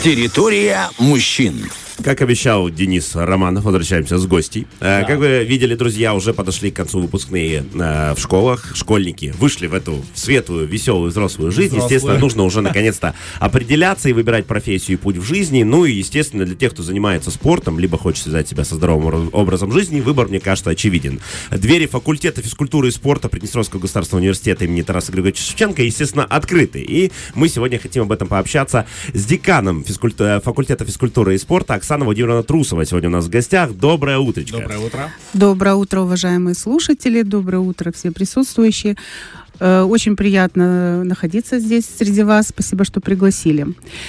Территория мужчин. Как обещал Денис Романов, возвращаемся с гостей. Да. Как вы видели, друзья, уже подошли к концу выпускные в школах. Школьники вышли в эту светлую, веселую, взрослую жизнь. Естественно, нужно уже наконец-то определяться и выбирать профессию и путь в жизни. Ну и, естественно, для тех, кто занимается спортом, либо хочет связать себя со здоровым образом жизни, выбор, мне кажется, очевиден. Двери факультета физкультуры и спорта Приднестровского государственного университета имени Тараса Григорьевича Шевченко, естественно, открыты. И мы сегодня хотим об этом пообщаться с деканом факультета физкультуры и спорта Оксана Владимировна Трусова сегодня у нас в гостях. Доброе утречко. Доброе утро. Доброе утро, уважаемые слушатели. Доброе утро, все присутствующие. Очень приятно находиться здесь среди вас. Спасибо, что пригласили.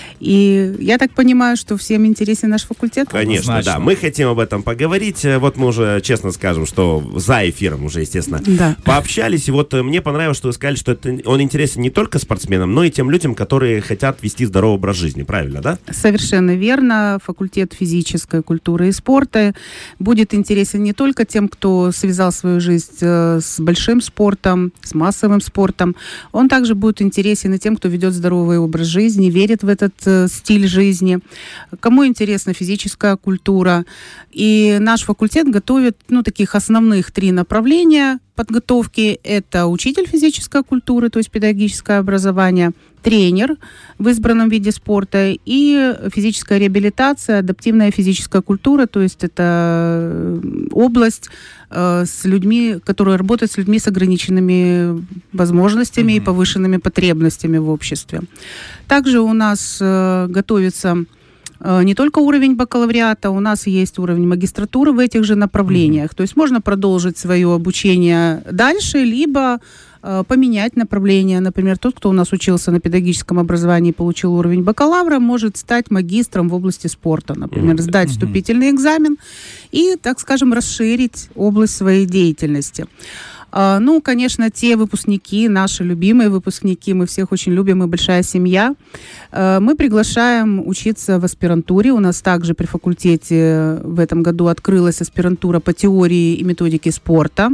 И я так понимаю, что всем интересен наш факультет? Конечно, Значит. да. Мы хотим об этом поговорить. Вот мы уже честно скажем, что за эфиром уже, естественно, пообщались. И вот мне понравилось, что вы сказали, что он интересен не только спортсменам, но и тем людям, которые хотят вести здоровый образ жизни. Правильно, да? Совершенно верно. Факультет физической культуры и спорта будет интересен не только тем, кто связал свою жизнь с большим спортом, с массовым спортом. Он также будет интересен и тем, кто ведет здоровый образ жизни, верит в этот стиль жизни, кому интересна физическая культура. И наш факультет готовит, таких основных 3 направления подготовки. Это учитель физической культуры, то есть педагогическое образование, тренер в избранном виде спорта и физическая реабилитация, адаптивная физическая культура, то есть это область с людьми, которые работают с людьми с ограниченными возможностями и повышенными потребностями в обществе. Также у нас готовится не только уровень бакалавриата, у нас есть уровень магистратуры в этих же направлениях. То есть можно продолжить свое обучение дальше, либо поменять направление. Например, тот, кто у нас учился на педагогическом образовании и получил уровень бакалавра, может стать магистром в области спорта. Например, сдать вступительный экзамен и, так скажем, расширить область своей деятельности. Конечно, те выпускники, наши любимые выпускники, мы всех очень любим, мы большая семья. Мы приглашаем учиться в аспирантуре. У нас также при факультете в этом году открылась аспирантура по теории и методике спорта.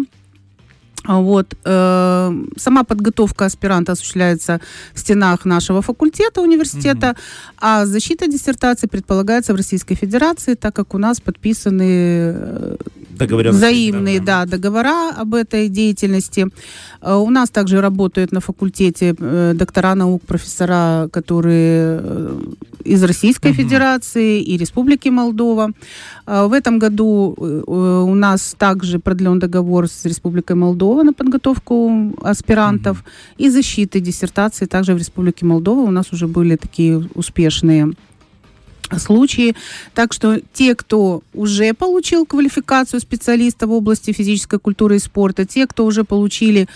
Сама подготовка аспиранта осуществляется в стенах нашего факультета, университета, а защита диссертации предполагается в Российской Федерации, так как у нас подписаны взаимные договора об этой деятельности. У нас также работают на факультете доктора наук, профессора, которые из Российской Федерации и Республики Молдова. В этом году у нас также продлен договор с Республикой Молдова на подготовку аспирантов и защиты диссертации также в Республике Молдова. У нас уже были такие успешные случаи. Так что те, кто уже получил квалификацию специалиста в области физической культуры и спорта, те, кто уже получили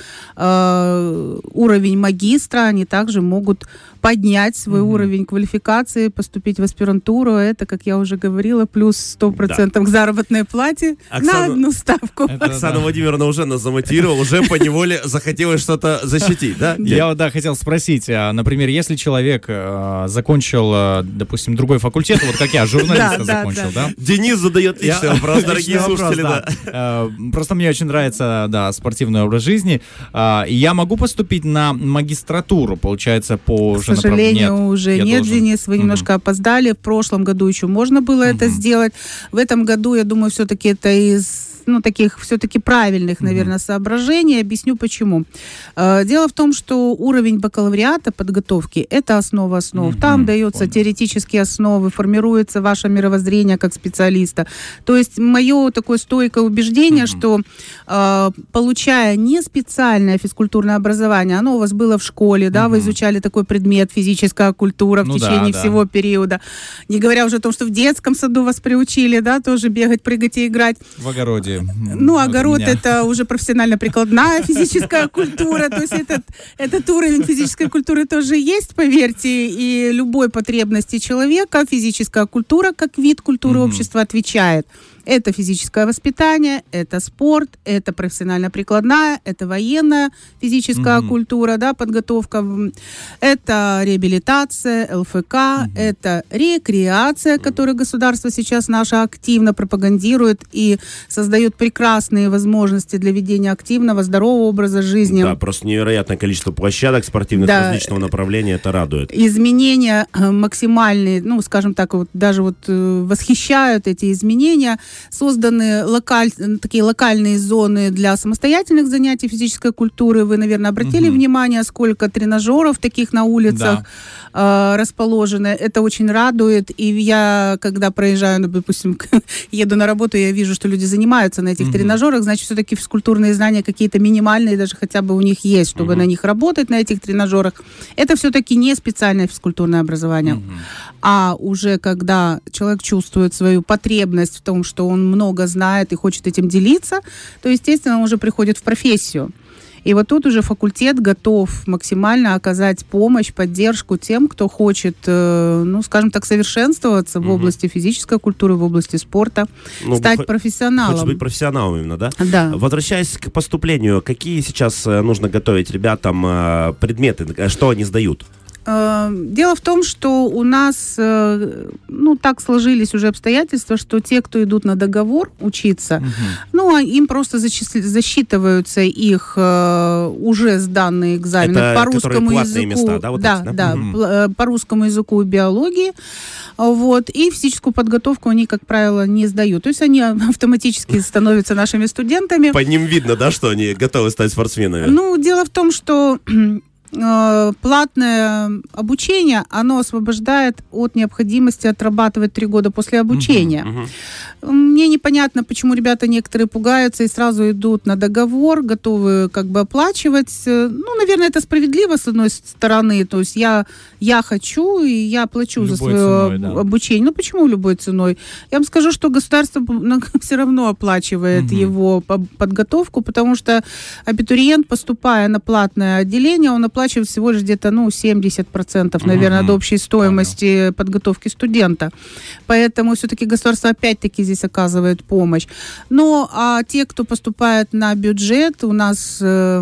уровень магистра, они также могут поднять свой уровень квалификации, поступить в аспирантуру. Это, как я уже говорила, плюс 100% к заработной плате на одну ставку. Оксана Владимировна уже нас замотивировала, уже поневоле захотелось что-то защитить, да? Я хотел спросить, например, если человек закончил, допустим, другой факультет, вот как я, журналиста закончил, да? Денис задает личный вопрос, дорогие слушатели, да. Просто мне очень нравится, спортивный образ жизни. И я могу поступить на магистратуру, получается, по... К сожалению, уже нет, Денис, вы немножко опоздали. В прошлом году еще можно было это сделать. В этом году, я думаю, все-таки это из таких все-таки правильных, наверное, соображений. Объясню почему. Дело в том, что уровень бакалавриата подготовки – это основа основ. Там даются теоретические основы, формируется ваше мировоззрение как специалиста. То есть мое такое стойкое убеждение, что получая не специальное физкультурное образование, оно у вас было в школе, да, вы изучали такой предмет физическая культура в течение всего периода. Не говоря уже о том, что в детском саду вас приучили, да, тоже бегать, прыгать и играть. В огороде. Огород — это уже профессионально-прикладная физическая культура, то есть этот уровень физической культуры тоже есть, поверьте, и любой потребности человека физическая культура, как вид культуры общества, отвечает. Это физическое воспитание, это спорт, это профессионально-прикладная, это военная физическая культура, да, подготовка, это реабилитация, ЛФК, это рекреация, которую государство сейчас наше активно пропагандирует и создает прекрасные возможности для ведения активного, здорового образа жизни. Да, просто невероятное количество площадок спортивных различного направления, это радует. Изменения максимальные, ну, скажем так, вот даже вот восхищают эти изменения. Созданы такие локальные зоны для самостоятельных занятий физической культуры. Вы, наверное, обратили внимание, сколько тренажеров таких на улицах расположены. Это очень радует. И я, когда проезжаю, допустим, еду на работу, я вижу, что люди занимаются на этих тренажерах, значит, все-таки физкультурные знания какие-то минимальные даже хотя бы у них есть, чтобы на них работать, на этих тренажерах. Это все-таки не специальное физкультурное образование. А уже когда человек чувствует свою потребность в том, что он много знает и хочет этим делиться, то, естественно, он уже приходит в профессию. И вот тут уже факультет готов максимально оказать помощь, поддержку тем, кто хочет, ну, скажем так, совершенствоваться в области физической культуры, в области спорта, стать профессионалом. Хочешь быть профессионалом именно, да? Да. Возвращаясь к поступлению, какие сейчас нужно готовить ребятам предметы, что они сдают? Дело в том, что у нас, ну, так сложились уже обстоятельства, что те, кто идут на договор учиться, ну, им просто засчитываются их уже сданные экзамены по русскому языку. Места, да, вот да, по русскому языку и биологии. Вот, и физическую подготовку они, как правило, не сдают. То есть они автоматически становятся нашими студентами. По ним видно, да, что они готовы стать спортсменами? Ну, дело в том, что платное обучение, оно освобождает от необходимости отрабатывать 3 года после обучения. Мне непонятно, почему ребята некоторые пугаются и сразу идут на договор, готовы как бы оплачивать. Ну, наверное, это справедливо, с одной стороны. То есть я хочу, и я плачу любой за свое обучение. Ну, почему любой ценой? Я вам скажу, что государство все равно оплачивает его подготовку, потому что абитуриент, поступая на платное отделение, он оплачивает всего лишь где-то, ну, 70%, наверное, от общей стоимости подготовки студента. Поэтому все-таки государство опять-таки здесь оказывает помощь. Ну, а те, кто поступает на бюджет, у нас...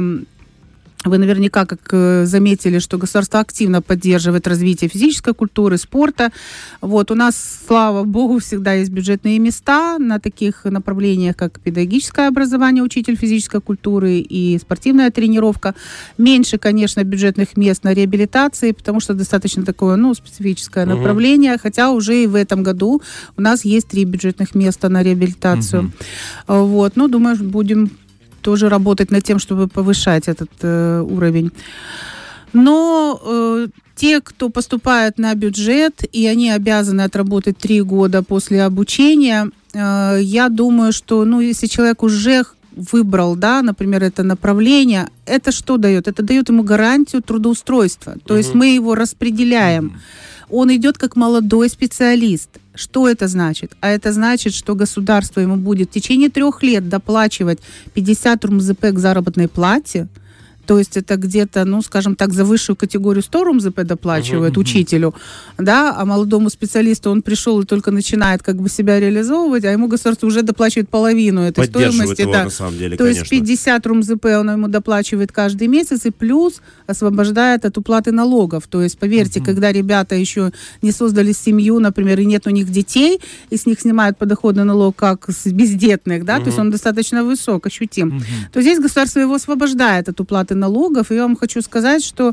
Вы наверняка, как заметили, что государство активно поддерживает развитие физической культуры, спорта. Вот, у нас, слава богу, всегда есть бюджетные места на таких направлениях, как педагогическое образование, учитель физической культуры и спортивная тренировка. Меньше, конечно, бюджетных мест на реабилитации, потому что достаточно такое, ну, специфическое направление, хотя уже и в этом году у нас есть 3 бюджетных места на реабилитацию. Вот, ну, думаю, будем тоже работать над тем, чтобы повышать этот уровень. Но те, кто поступает на бюджет, и они обязаны отработать 3 года после обучения, я думаю, что, ну, если человек уже выбрал, да, например, это направление, это что дает? Это дает ему гарантию трудоустройства. То есть мы его распределяем. Он идет как молодой специалист. Что это значит? А это значит, что государство ему будет в течение 3 лет доплачивать 50 РУМЗП к заработной плате. То есть это где-то, ну, скажем так, за высшую категорию 100 РУМЗП доплачивает учителю, да, а молодому специалисту он пришел и только начинает как бы себя реализовывать, а ему государство уже доплачивает половину этой стоимости. Его, да. на самом деле, то конечно. есть 50 РУМЗП он ему доплачивает каждый месяц и плюс освобождает от уплаты налогов. То есть, поверьте, когда ребята еще не создали семью, например, и нет у них детей, и с них снимают подоходный налог как с бездетных, да, то есть он достаточно высок, ощутим, то здесь государство его освобождает от уплаты налогов. И я вам хочу сказать, что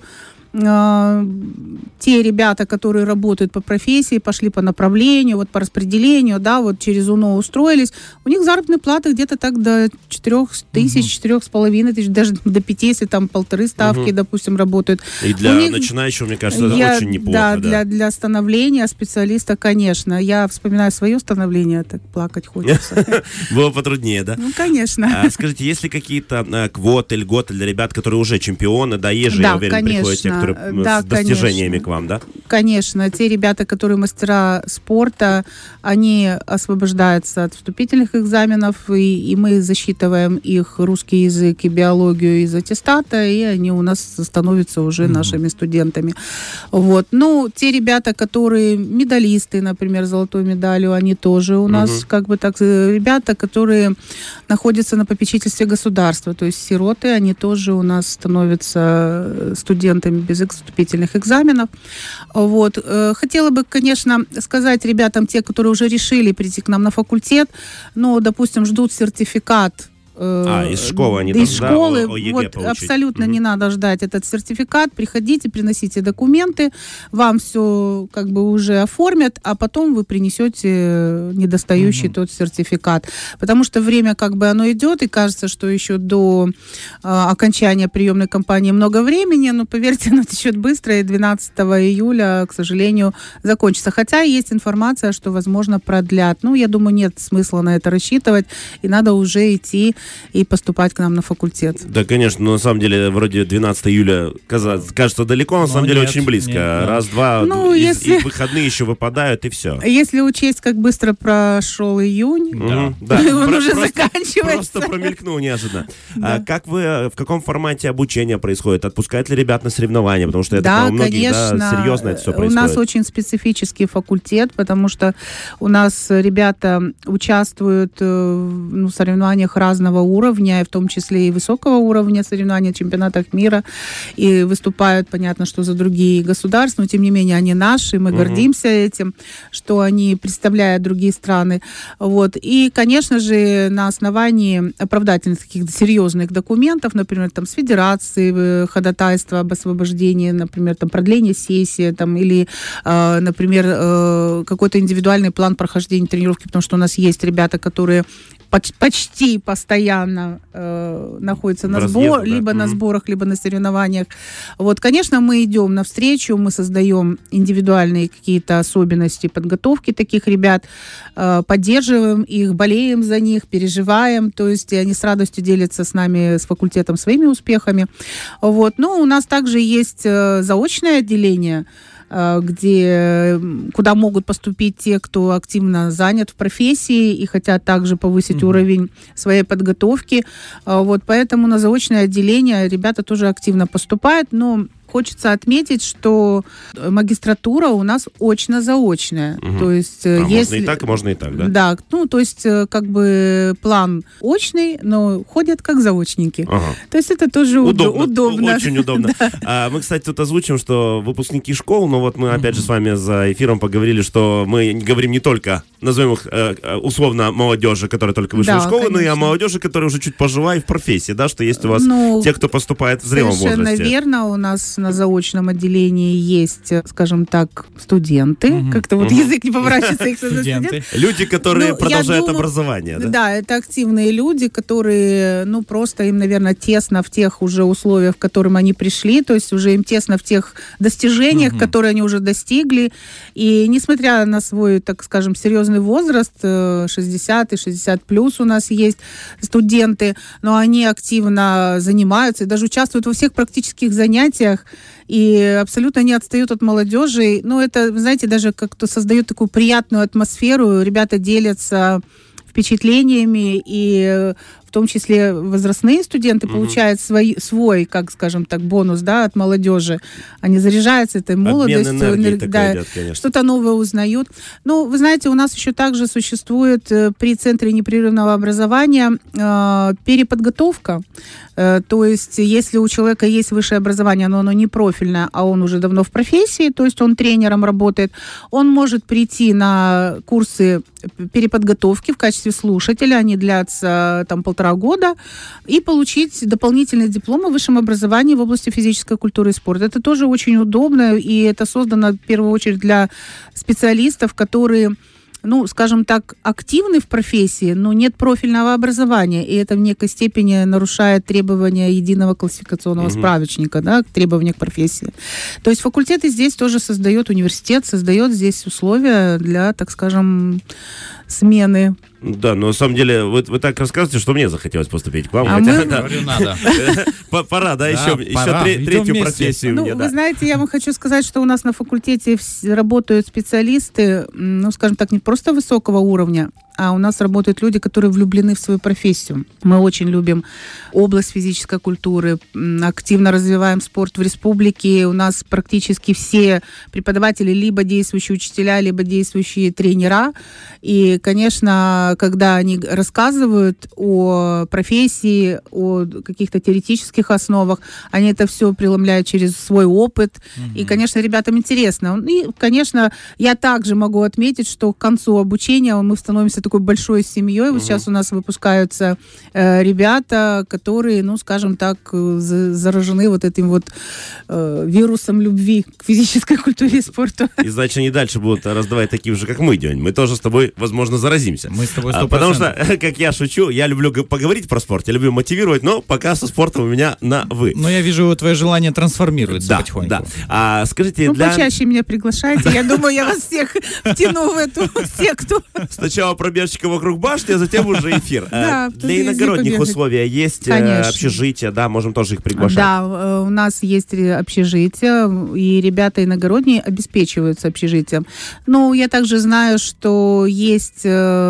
те ребята, которые работают по профессии, пошли по направлению, вот по распределению, да, вот через УНО устроились, у них заработные платы где-то так до 4 тысяч, 4,5 тысяч, даже до 5, если там 1,5 ставки, допустим, работают. И для начинающего, мне кажется, это очень неплохо. Да, для становления специалиста, конечно. Я вспоминаю свое становление, так плакать хочется. Было потруднее, да? Ну, конечно. Скажите, есть ли какие-то квоты, льготы для ребят, которые уже чемпионы, да, есть же, я уверен, приходят те, кто которые с достижениями к вам, да? Конечно. Те ребята, которые мастера спорта, они освобождаются от вступительных экзаменов, и мы засчитываем их русский язык и биологию из аттестата, и они у нас становятся уже нашими студентами. Вот. Ну, те ребята, которые медалисты, например, золотой медалью, они тоже у нас, как бы так, ребята, которые находятся на попечительстве государства, то есть сироты, они тоже у нас становятся студентами без вступительных экзаменов. Вот. Хотела бы, конечно, сказать ребятам, те, которые уже решили прийти к нам на факультет, но, допустим, ждут сертификат. Из школы они из школы, ОЕГЭ вот получить. абсолютно не надо ждать этот сертификат. Приходите, приносите документы, вам все как бы уже оформят, а потом вы принесете недостающий тот сертификат. Потому что время как бы оно идет, и кажется, что еще до окончания приемной кампании много времени, но поверьте, оно течет быстро, и 12 июля, к сожалению, закончится. Хотя есть информация, что, возможно, продлят. Ну, я думаю, нет смысла на это рассчитывать, и надо уже идти и поступать к нам на факультет. Да, конечно, но на самом деле вроде 12 июля кажется далеко, на самом деле очень близко. Раз-два, и выходные еще выпадают, и все. Если учесть, как быстро прошел июнь, он уже заканчивается. Просто промелькнул неожиданно. В каком формате обучения происходит? Отпускают ли ребят на соревнования? Потому что это у многих серьезно это все происходит. У нас очень специфический факультет, потому что у нас ребята участвуют в соревнованиях разного уровня, в том числе и высокого уровня соревнований, чемпионатах мира, и выступают, понятно, что за другие государства, но тем не менее они наши, мы гордимся этим, что они представляют другие страны. Вот. И, конечно же, на основании оправдательных таких серьезных документов, например, там, с федерации, ходатайство об освобождении, например, там, продление сессии, там, или, например, какой-то индивидуальный план прохождения тренировки, потому что у нас есть ребята, которые почти постоянно находятся на сборах, либо на сборах, либо на соревнованиях. Вот, конечно, мы идем навстречу, мы создаем индивидуальные какие-то особенности подготовки таких ребят, поддерживаем их, болеем за них, переживаем, то есть они с радостью делятся с нами, с факультетом, своими успехами. Вот. Ну, у нас также есть заочное отделение, куда могут поступить те, кто активно занят в профессии и хотят также повысить уровень своей подготовки. Вот, поэтому на заочное отделение ребята тоже активно поступают, но хочется отметить, что магистратура у нас очно-заочная. То есть, можно и так, можно и так, да? Да, ну, то есть, как бы план очный, но ходят как заочники. То есть это тоже удобно. Очень удобно. Мы, кстати, тут озвучим, что выпускники школ, но вот мы опять же с вами за эфиром поговорили, что мы говорим не только, назовем их условно молодежи, которая только вышла из школы, но и о молодежи, которая уже чуть пожила и в профессии, да, что есть у вас те, кто поступает в зрелом возрасте. Совершенно верно, у нас на заочном отделении есть, скажем так, студенты. Как-то вот язык не поворачивается их сказать студенты. Люди, которые продолжают образование. Да, это активные люди, которые, ну, просто им, наверное, тесно в тех уже условиях, к которым они пришли, то есть уже им тесно в тех достижениях, которые они уже достигли. И несмотря на свой, так скажем, серьезный возраст, 60 и 60 плюс у нас есть студенты, но они активно занимаются и даже участвуют во всех практических занятиях, и абсолютно не отстают от молодежи. Ну, это, знаете, даже как-то создает такую приятную атмосферу. Ребята делятся впечатлениями, и в том числе возрастные студенты получают свой, как скажем так, бонус, да, от молодежи. Они заряжаются этой молодостью, что-то новое узнают. Ну, вы знаете, у нас еще также существует при Центре непрерывного образования переподготовка. То есть, если у человека есть высшее образование, но оно не профильное, а он уже давно в профессии, то есть он тренером работает, он может прийти на курсы переподготовки в качестве слушателя, они длятся там 1,5 года, и получить дополнительный диплом о высшем образовании в области физической культуры и спорта. Это тоже очень удобно, и это создано в первую очередь для специалистов, которые, ну, скажем так, активны в профессии, но нет профильного образования, и это в некой степени нарушает требования единого классификационного справочника, да, требования к профессии. То есть факультеты здесь тоже создает, университет создает здесь условия для, так скажем, смены. Да, но на самом деле вы так рассказываете, что мне захотелось поступить к вам. Надо. Пора, да, еще третью профессию мне, да. Вы знаете, я вам хочу сказать, что у нас на факультете работают специалисты, ну, скажем так, не просто высокого уровня, а у нас работают люди, которые влюблены в свою профессию. Мы очень любим область физической культуры, активно развиваем спорт в республике. У нас практически все преподаватели либо действующие учителя, либо действующие тренера. И, конечно, когда они рассказывают о профессии, о каких-то теоретических основах, они это все преломляют через свой опыт. И, конечно, ребятам интересно. И, конечно, я также могу отметить, что к концу обучения мы становимся такой большой семьей. Вот сейчас у нас выпускаются ребята, которые, ну, скажем так, заражены вот этим вот вирусом любви к физической культуре и спорту. И значит, они дальше будут раздавать такие же, как мы, День. Мы тоже с тобой, возможно, заразимся. Мы с тобой 100%. Потому что, как я шучу, я люблю поговорить про спорт, я люблю мотивировать, но пока со спортом у меня на «вы». Но я вижу, твое желание трансформируется потихоньку. Да. А скажите, почаще меня приглашайте. Я думаю, я вас всех втяну в эту секту. Сначала пробежчика вокруг башни, а затем уже эфир. Да, для иногородних условий есть общежития, да, можем тоже их приглашать. Да, у нас есть общежитие, и ребята иногородние обеспечиваются общежитием. Но я также знаю, что есть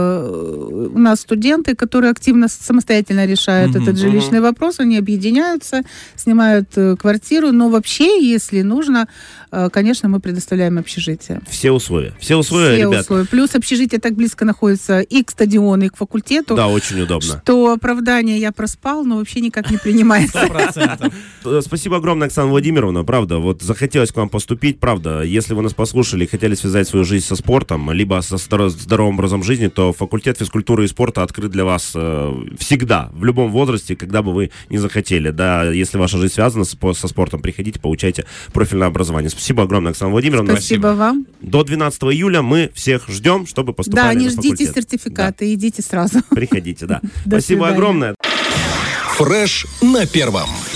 у нас студенты, которые активно самостоятельно решают этот жилищный вопрос, они объединяются, снимают квартиру, но вообще, если нужно, конечно, мы предоставляем общежитие. Все условия, ребят. Условия. Плюс общежитие так близко находится и к стадиону, и к факультету. Да, очень удобно. Что оправдание я проспал, но вообще никак не принимается. 100%. Спасибо огромное, Оксана Владимировна, правда, вот захотелось к вам поступить, правда, если вы нас послушали и хотели связать свою жизнь со спортом, либо со здоровым образом жизни, то факультет физкультуры и спорта открыт для вас всегда, в любом возрасте, когда бы вы не захотели, да, если ваша жизнь связана со спортом, приходите, получайте профильное образование. Спасибо огромное, Оксана Владимировна. Спасибо вам. До 12 июля мы всех ждем, чтобы поступали на факультет. Да, не ждите сертификаты, идите сразу. Приходите, да. Спасибо огромное. Фреш на первом.